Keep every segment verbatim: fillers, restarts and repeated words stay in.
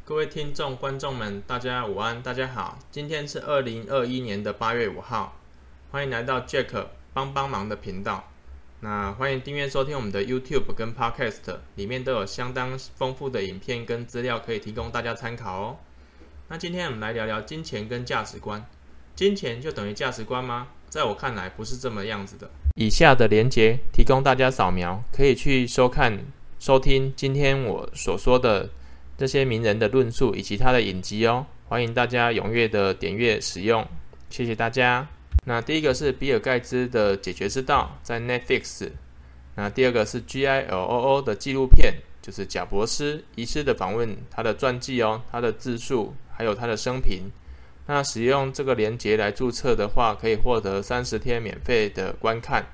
各位听众、观众们，大家午安，大家好。今天是二零二一年的八月五号，欢迎来到 Jack 帮帮忙的频道。那欢迎订阅收听我们的 YouTube 跟 Podcast， 里面都有相当丰富的影片跟资料可以提供大家参考哦。那今天我们来聊聊金钱跟价值观。金钱就等于价值观吗？在我看来不是这么样子的。以下的连结提供大家扫描，可以去收看、收听今天我所说的这些名人的论述以及他的影集哦，欢迎大家踊跃的点阅使用，谢谢大家。那第一个是比尔盖茨的解决之道，在 Netflix。那第二个是 G I L O O 的纪录片，就是贾伯斯遗失的访问，他的传记哦，他的自述，还有他的生平。那使用这个连结来注册的话，可以获得三十天免费的观看。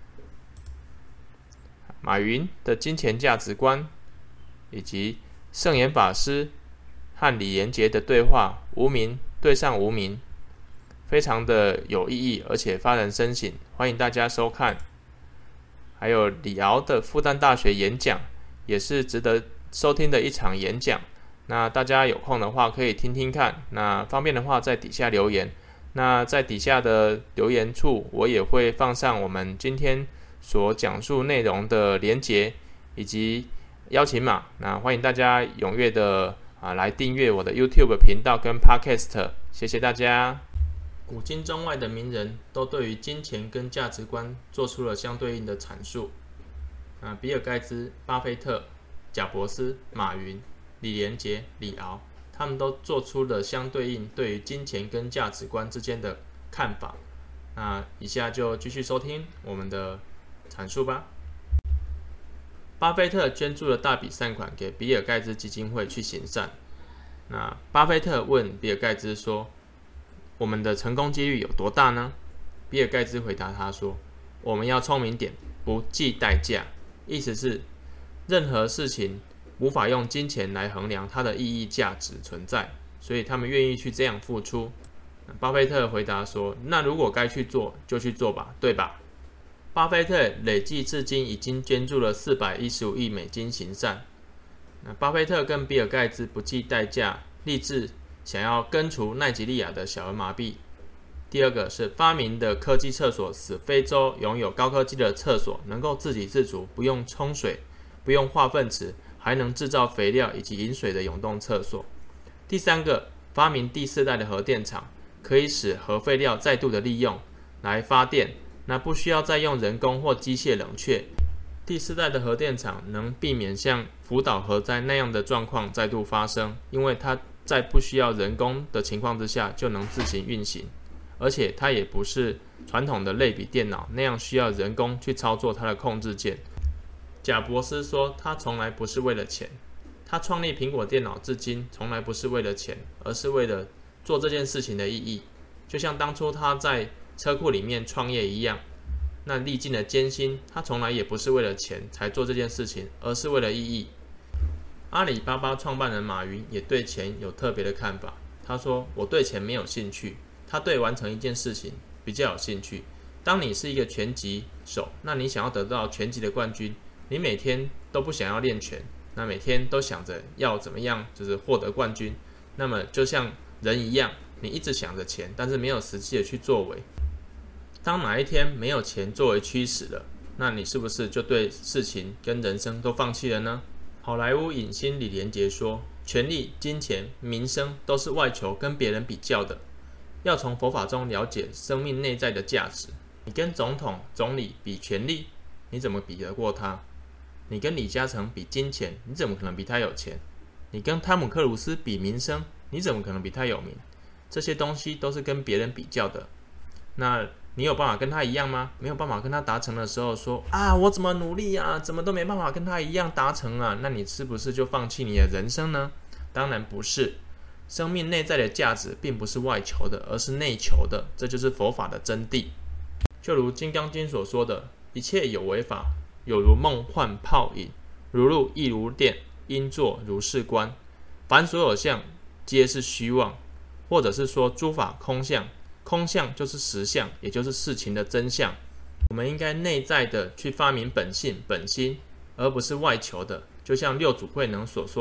马云的金钱价值观，以及圣严法师和李连杰的对话，无名对上无名，非常的有意义，而且发人深省，欢迎大家收看。还有李敖的复旦大学演讲，也是值得收听的一场演讲。那大家有空的话可以听听看，那方便的话在底下留言。那在底下的留言处，我也会放上我们今天所讲述内容的连结以及邀请码，那欢迎大家踊跃的啊来订阅我的 YouTube 频道跟 Podcast， 谢谢大家。古今中外的名人都对于金钱跟价值观做出了相对应的阐述。啊，比尔盖茨、巴菲特、贾伯斯、马云、李连杰、李敖，他们都做出了相对应对于金钱跟价值观之间的看法。那以下就继续收听我们的阐述吧。巴菲特捐助了大笔善款给比尔盖茨基金会去行善。那巴菲特问比尔盖茨说：“我们的成功几率有多大呢？”比尔盖茨回答他说：“我们要聪明点，不计代价。”意思是任何事情无法用金钱来衡量它的意义价值存在，所以他们愿意去这样付出。巴菲特回答说：“那如果该去做就去做吧，对吧？”巴菲特累计至今已经捐助了四百一十五亿美金行善。那巴菲特跟比尔盖茨不计代价，立志想要根除奈及利亚的小儿麻痹。第二个是发明的科技厕所，使非洲拥有高科技的厕所能够自给自足，不用冲水，不用化粪池，还能制造肥料以及饮水的永动厕所。第三个，发明第四代的核电厂，可以使核废料再度的利用来发电，那不需要再用人工或机械冷却。第四代的核电厂能避免像福岛核灾那样的状况再度发生，因为它在不需要人工的情况之下就能自行运行，而且它也不是传统的类比电脑那样需要人工去操作它的控制键。贾伯斯说，他从来不是为了钱，他创立苹果电脑至今从来不是为了钱，而是为了做这件事情的意义。就像当初他在车库里面创业一样，那历尽了艰辛，他从来也不是为了钱才做这件事情，而是为了意义。阿里巴巴创办人马云也对钱有特别的看法，他说：“我对钱没有兴趣，他对完成一件事情比较有兴趣。当你是一个拳击手，那你想要得到拳击的冠军，你每天都不想要练拳，那每天都想着要怎么样就是获得冠军。那么就像人一样，你一直想着钱，但是没有实际的去作为。当哪一天没有钱作为驱使了，那你是不是就对事情跟人生都放弃了呢？”好莱坞影星李连杰说：“权力、金钱、名声都是外求跟别人比较的，要从佛法中了解生命内在的价值。你跟总统、总理比权力，你怎么比得过他？你跟李嘉诚比金钱，你怎么可能比他有钱？你跟汤姆克鲁斯比名声，你怎么可能比他有名？这些东西都是跟别人比较的。那你有办法跟他一样吗？没有办法跟他达成的时候说啊，我怎么努力啊，怎么都没办法跟他一样达成啊？那你是不是就放弃你的人生呢？当然不是。生命内在的价值并不是外求的，而是内求的，这就是佛法的真谛。就如《金刚经》所说的，一切有为法，有如梦幻泡影，如露亦如电，应作如是观。凡所有相，皆是虚妄，或者是说诸法空相。空相就是实相，也就是事情的真相。我们应该内在的去发明本性本心，而不是外求的。就像六祖慧能所说的，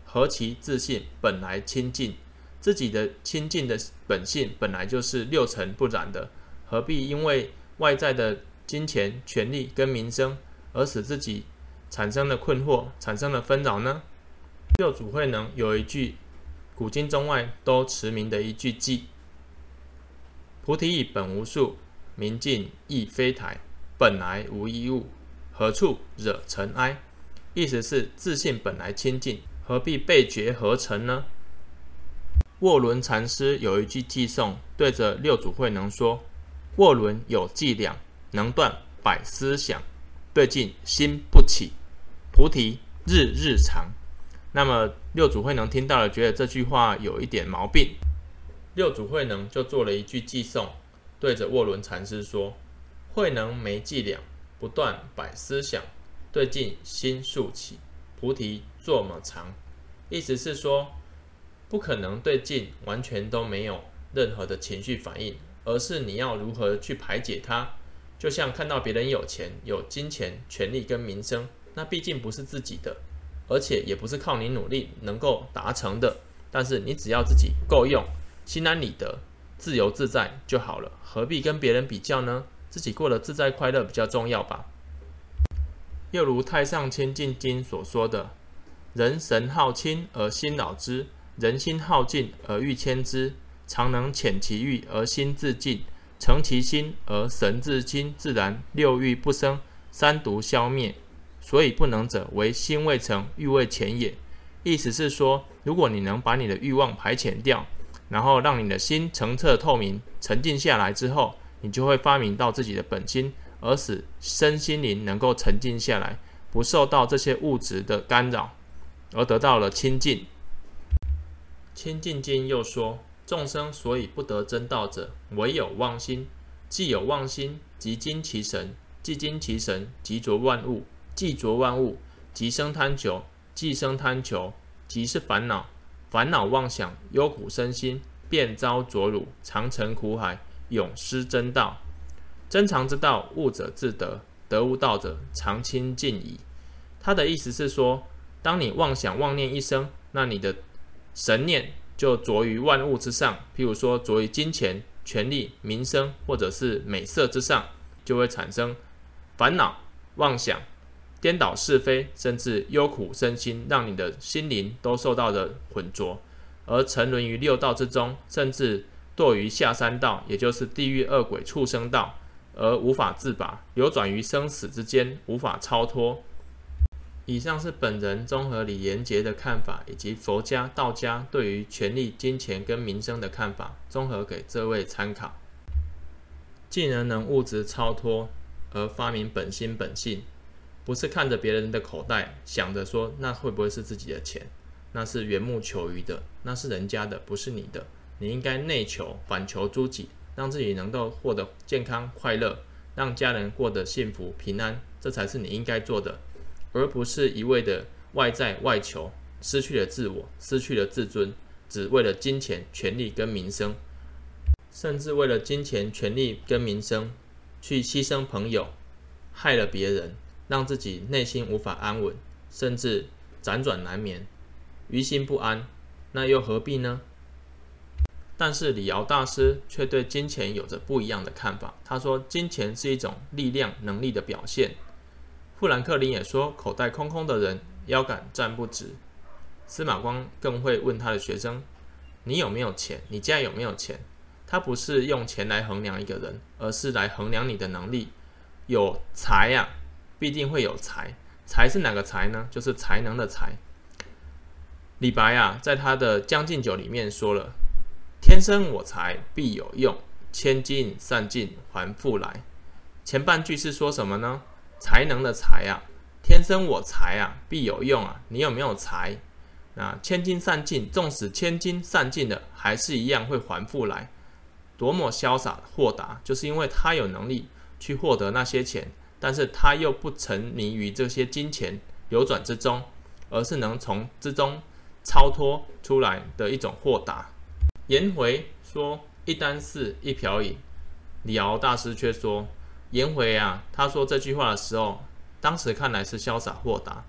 何其自信，本来清净。自己的清净的本性本来就是六尘不染的，何必因为外在的金钱、权力跟名声而使自己产生了困惑，产生了纷扰呢？六祖慧能有一句古今中外都驰名的一句偈：菩提意本无树，明镜亦非台，本来无一物，何处惹尘埃？意思是自信本来清净，何必被觉合成呢？卧轮禅师有一句偈颂，对着六祖慧能说：卧轮有伎俩，能断百思想，对镜心不起，菩提日日长。那么六祖慧能听到了，觉得这句话有一点毛病，六祖慧能就做了一句偈颂，对着卧轮禅师说：慧能没伎俩，不断百思想，对镜心速起，菩提作么长。意思是说，不可能对镜完全都没有任何的情绪反应，而是你要如何去排解它。就像看到别人有钱、有金钱、权力跟名声，那毕竟不是自己的，而且也不是靠你努力能够达成的。但是你只要自己够用，心安理得，自由自在就好了，何必跟别人比较呢？自己过得自在快乐比较重要吧。又如《太上清净经》所说的：人神好亲而心扰之，人心好静而欲牵之，常能遣其欲而心自静，诚其心而神自清，自然六欲不生，三毒消灭。所以不能者，为心未成，欲未遣也。意思是说，如果你能把你的欲望排遣掉，然后让你的心澄澈透明，沉静下来之后，你就会发明到自己的本心，而使身心灵能够沉静下来，不受到这些物质的干扰，而得到了清净。清净经又说：众生所以不得真道者，唯有妄心。既有妄心，即惊其神；既惊其神，即着万物；既着万物，即生贪求；既生贪求，即是烦恼。烦恼妄想，忧苦身心，便遭着辱，常成苦海，永失真道。真常之道，悟者自得；得无道者，常清净矣。他的意思是说，当你妄想妄念一生，那你的神念就着于万物之上，譬如说着于金钱、权力、名声或者是美色之上，就会产生烦恼、妄想、颠倒是非，甚至忧苦身心，让你的心灵都受到了混浊，而沉沦于六道之中，甚至堕于下三道，也就是地狱、恶鬼、畜生道，而无法自拔，流转于生死之间，无法超脱。以上是本人综合李连杰的看法，以及佛家、道家对于权力、金钱跟名声的看法，综合给这位参考。既然能物质超脱而发明本心本性，不是看着别人的口袋想着说那会不会是自己的钱，那是缘木求鱼的，那是人家的，不是你的。你应该内求，反求诸己，让自己能够获得健康快乐，让家人过得幸福平安，这才是你应该做的，而不是一味的外在外求，失去了自我，失去了自尊，只为了金钱、权力跟名声，甚至为了金钱、权力跟名声去牺牲朋友，害了别人，让自己内心无法安稳，甚至辗转难眠，于心不安，那又何必呢？但是李敖大师却对金钱有着不一样的看法。他说，金钱是一种力量、能力的表现。富兰克林也说，口袋空空的人腰杆站不直。司马光更会问他的学生，你有没有钱？你家有没有钱？他不是用钱来衡量一个人，而是来衡量你的能力。有才啊，必定会有才。才是哪个才呢？就是才能的才。李白啊，在他的《将进酒》里面说了，天生我材必有用，千金散尽还复来。前半句是说什么呢？才能的才啊，天生我材啊，必有用啊。你有没有才？那千金散尽，纵使千金散尽了，还是一样会还复来。多么潇洒豁达，就是因为他有能力去获得那些钱，但是他又不沉迷于这些金钱流转之中，而是能从之中超脱出来的一种豁达。颜回说一箪食一瓢饮，李敖大师却说，颜回啊，他说这句话的时候，当时看来是潇洒豁达，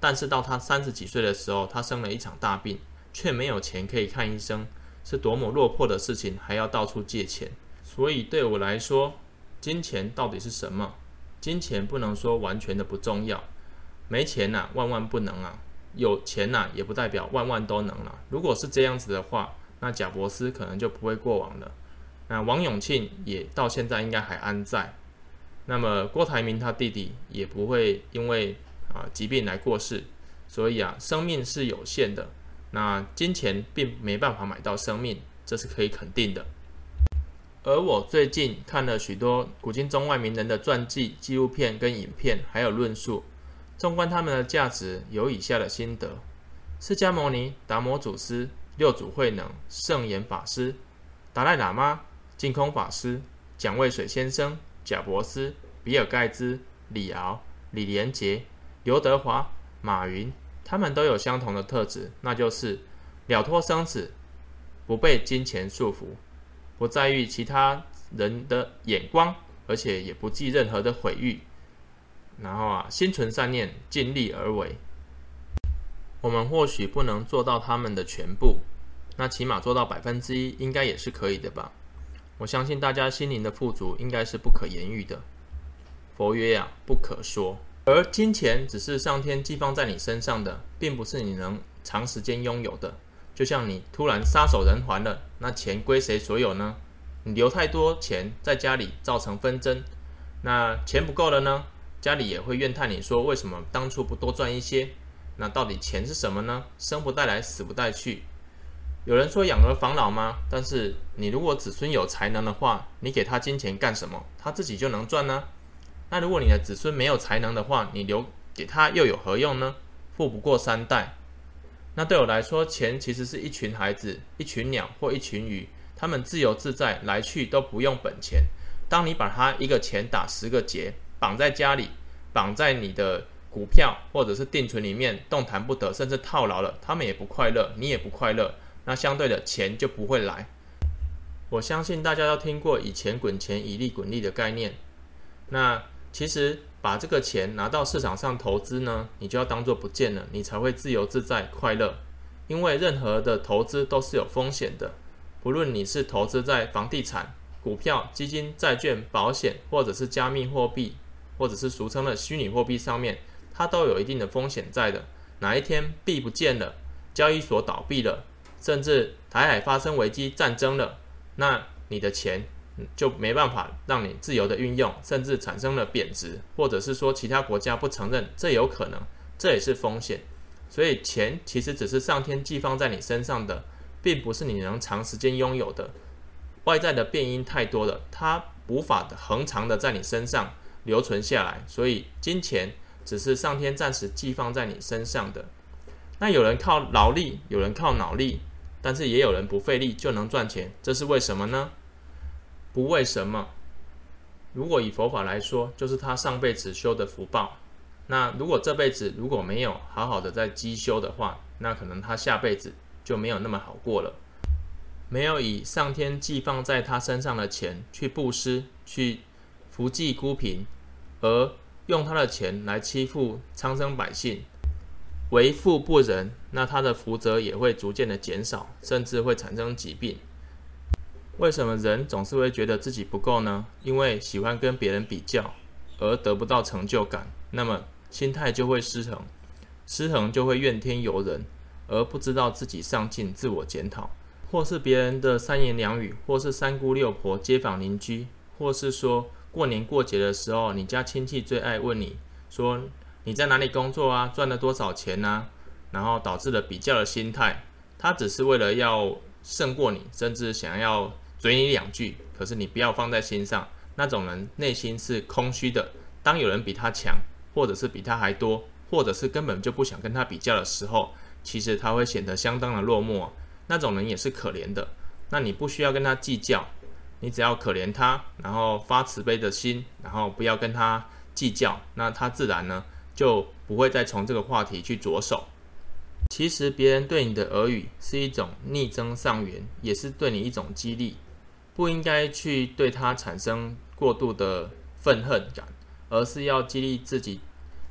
但是到他三十几岁的时候，他生了一场大病，却没有钱可以看医生，是多么落魄的事情，还要到处借钱。所以对我来说，金钱到底是什么？金钱不能说完全的不重要，没钱啊，万万不能啊，有钱啊，也不代表万万都能啊。如果是这样子的话，那贾伯斯可能就不会过往了。那王永庆也到现在应该还安在。那么郭台铭他弟弟也不会因为啊疾病来过世。所以啊，生命是有限的，那金钱并没办法买到生命，这是可以肯定的。而我最近看了许多古今中外名人的传记、纪录片跟影片，还有论述。纵观他们的价值，有以下的心得：释迦牟尼、达摩祖师、六祖慧能、圣严法师、达赖喇嘛、净空法师、蒋渭水先生、贾伯斯、比尔盖茨、李敖、李连杰、刘德华、马云，他们都有相同的特质，那就是了脱生死，不被金钱束缚，不在意其他人的眼光，而且也不计任何的毁誉。然后啊，心存善念，尽力而为。我们或许不能做到他们的全部，那起码做到百分之一，应该也是可以的吧？我相信大家心灵的富足应该是不可言喻的。佛曰啊，不可说。而金钱只是上天寄放在你身上的，并不是你能长时间拥有的。就像你突然撒手人寰了，那钱归谁所有呢？你留太多钱在家里，造成纷争，那钱不够了呢？家里也会怨叹你说，为什么当初不多赚一些？那到底钱是什么呢？生不带来，死不带去。有人说养儿防老吗？但是你如果子孙有才能的话，你给他金钱干什么？他自己就能赚呢？那如果你的子孙没有才能的话，你留给他又有何用呢？富不过三代。那对我来说，钱其实是一群孩子、一群鸟或一群鱼，他们自由自在，来去都不用本钱。当你把他一个钱打十个结，绑在家里，绑在你的股票或者是定存里面，动弹不得，甚至套牢了，他们也不快乐，你也不快乐，那相对的钱就不会来。我相信大家都听过以钱滚钱，以利滚利的概念。那其实把这个钱拿到市场上投资呢，你就要当作不见了，你才会自由自在快乐。因为任何的投资都是有风险的，不论你是投资在房地产、股票、基金、债券、保险，或者是加密货币，或者是俗称的虚拟货币上面，它都有一定的风险在的。哪一天币不见了，交易所倒闭了，甚至台海发生危机战争了，那你的钱就没办法让你自由的运用，甚至产生了贬值，或者是说其他国家不承认，这有可能，这也是风险。所以钱其实只是上天寄放在你身上的，并不是你能长时间拥有的。外在的变因太多了，它无法恒长的在你身上留存下来，所以金钱只是上天暂时寄放在你身上的。那有人靠劳力，有人靠脑力，但是也有人不费力就能赚钱，这是为什么呢？不为什么。如果以佛法来说，就是他上辈子修的福报。那如果这辈子如果没有好好的在积修的话，那可能他下辈子就没有那么好过了。没有以上天寄放在他身上的钱去布施，去扶济孤贫，而用他的钱来欺负苍生百姓，为富不仁，那他的福泽也会逐渐的减少，甚至会产生疾病。为什么人总是会觉得自己不够呢？因为喜欢跟别人比较，而得不到成就感，那么心态就会失衡，失衡就会怨天尤人，而不知道自己上进，自我检讨，或是别人的三言两语，或是三姑六婆、街坊邻居，或是说过年过节的时候，你家亲戚最爱问你说你在哪里工作啊，赚了多少钱啊，然后导致了比较的心态，他只是为了要胜过你，甚至想要嘴你两句，可是你不要放在心上。那种人内心是空虚的，当有人比他强，或者是比他还多，或者是根本就不想跟他比较的时候，其实他会显得相当的落寞，那种人也是可怜的。那你不需要跟他计较，你只要可怜他，然后发慈悲的心，然后不要跟他计较，那他自然呢就不会再从这个话题去着手。其实别人对你的耳语是一种逆增上缘，也是对你一种激励，不应该去对他产生过度的愤恨感，而是要激励自己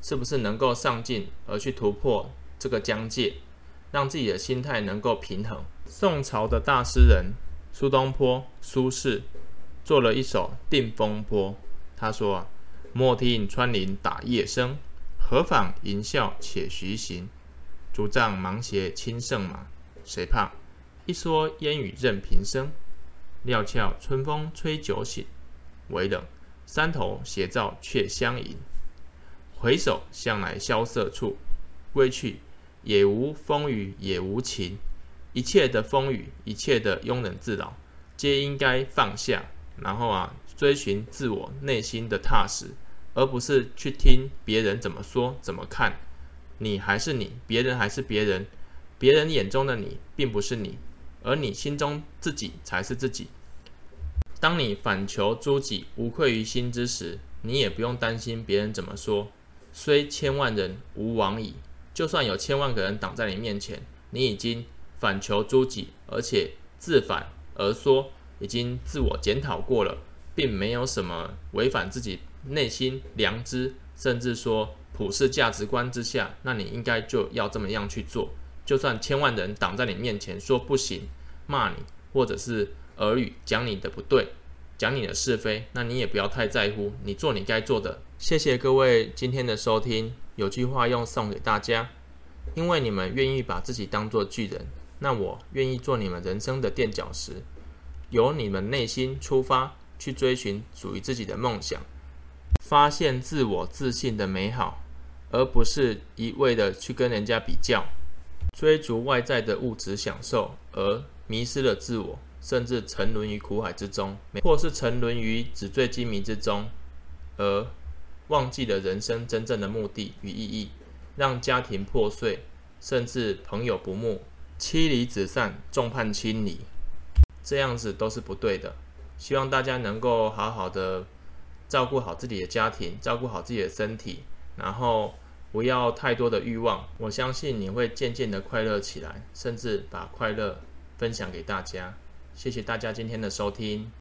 是不是能够上进而去突破这个疆界，让自己的心态能够平衡。宋朝的大诗人苏东坡苏轼做了一首《定风波》，他说啊，莫听穿林打叶声，何妨吟啸且徐行。竹杖芒鞋轻胜马，谁怕？一蓑烟雨任平生。料峭春风吹酒醒，微冷山头斜照却相迎。回首向来萧瑟处，归去也无风雨也无晴。一切的风雨，一切的庸人自扰，皆应该放下，然后啊，追寻自我内心的踏实，而不是去听别人怎么说怎么看。你还是你，别人还是别人，别人眼中的你并不是你，而你心中自己才是自己。当你反求诸己，无愧于心之时，你也不用担心别人怎么说。虽千万人，吾往矣。就算有千万个人挡在你面前，你已经反求诸己，而且自反而说，已经自我检讨过了，并没有什么违反自己内心良知，甚至说普世价值观之下，那你应该就要这么样去做。就算千万人挡在你面前说不行，骂你，或者是耳语讲你的不对，讲你的是非，那你也不要太在乎，你做你该做的。谢谢各位今天的收听，有句话用送给大家，因为你们愿意把自己当作巨人，那我愿意做你们人生的垫脚石，由你们内心出发，去追寻属于自己的梦想，发现自我自信的美好，而不是一味的去跟人家比较，追逐外在的物质享受，而迷失了自我，甚至沉沦于苦海之中，或是沉沦于纸醉金迷之中，而忘记了人生真正的目的与意义，让家庭破碎，甚至朋友不睦，妻离子散，众叛亲离，这样子都是不对的。希望大家能够好好的照顾好自己的家庭，照顾好自己的身体，然后不要太多的欲望，我相信你会渐渐的快乐起来，甚至把快乐分享给大家。谢谢大家今天的收听。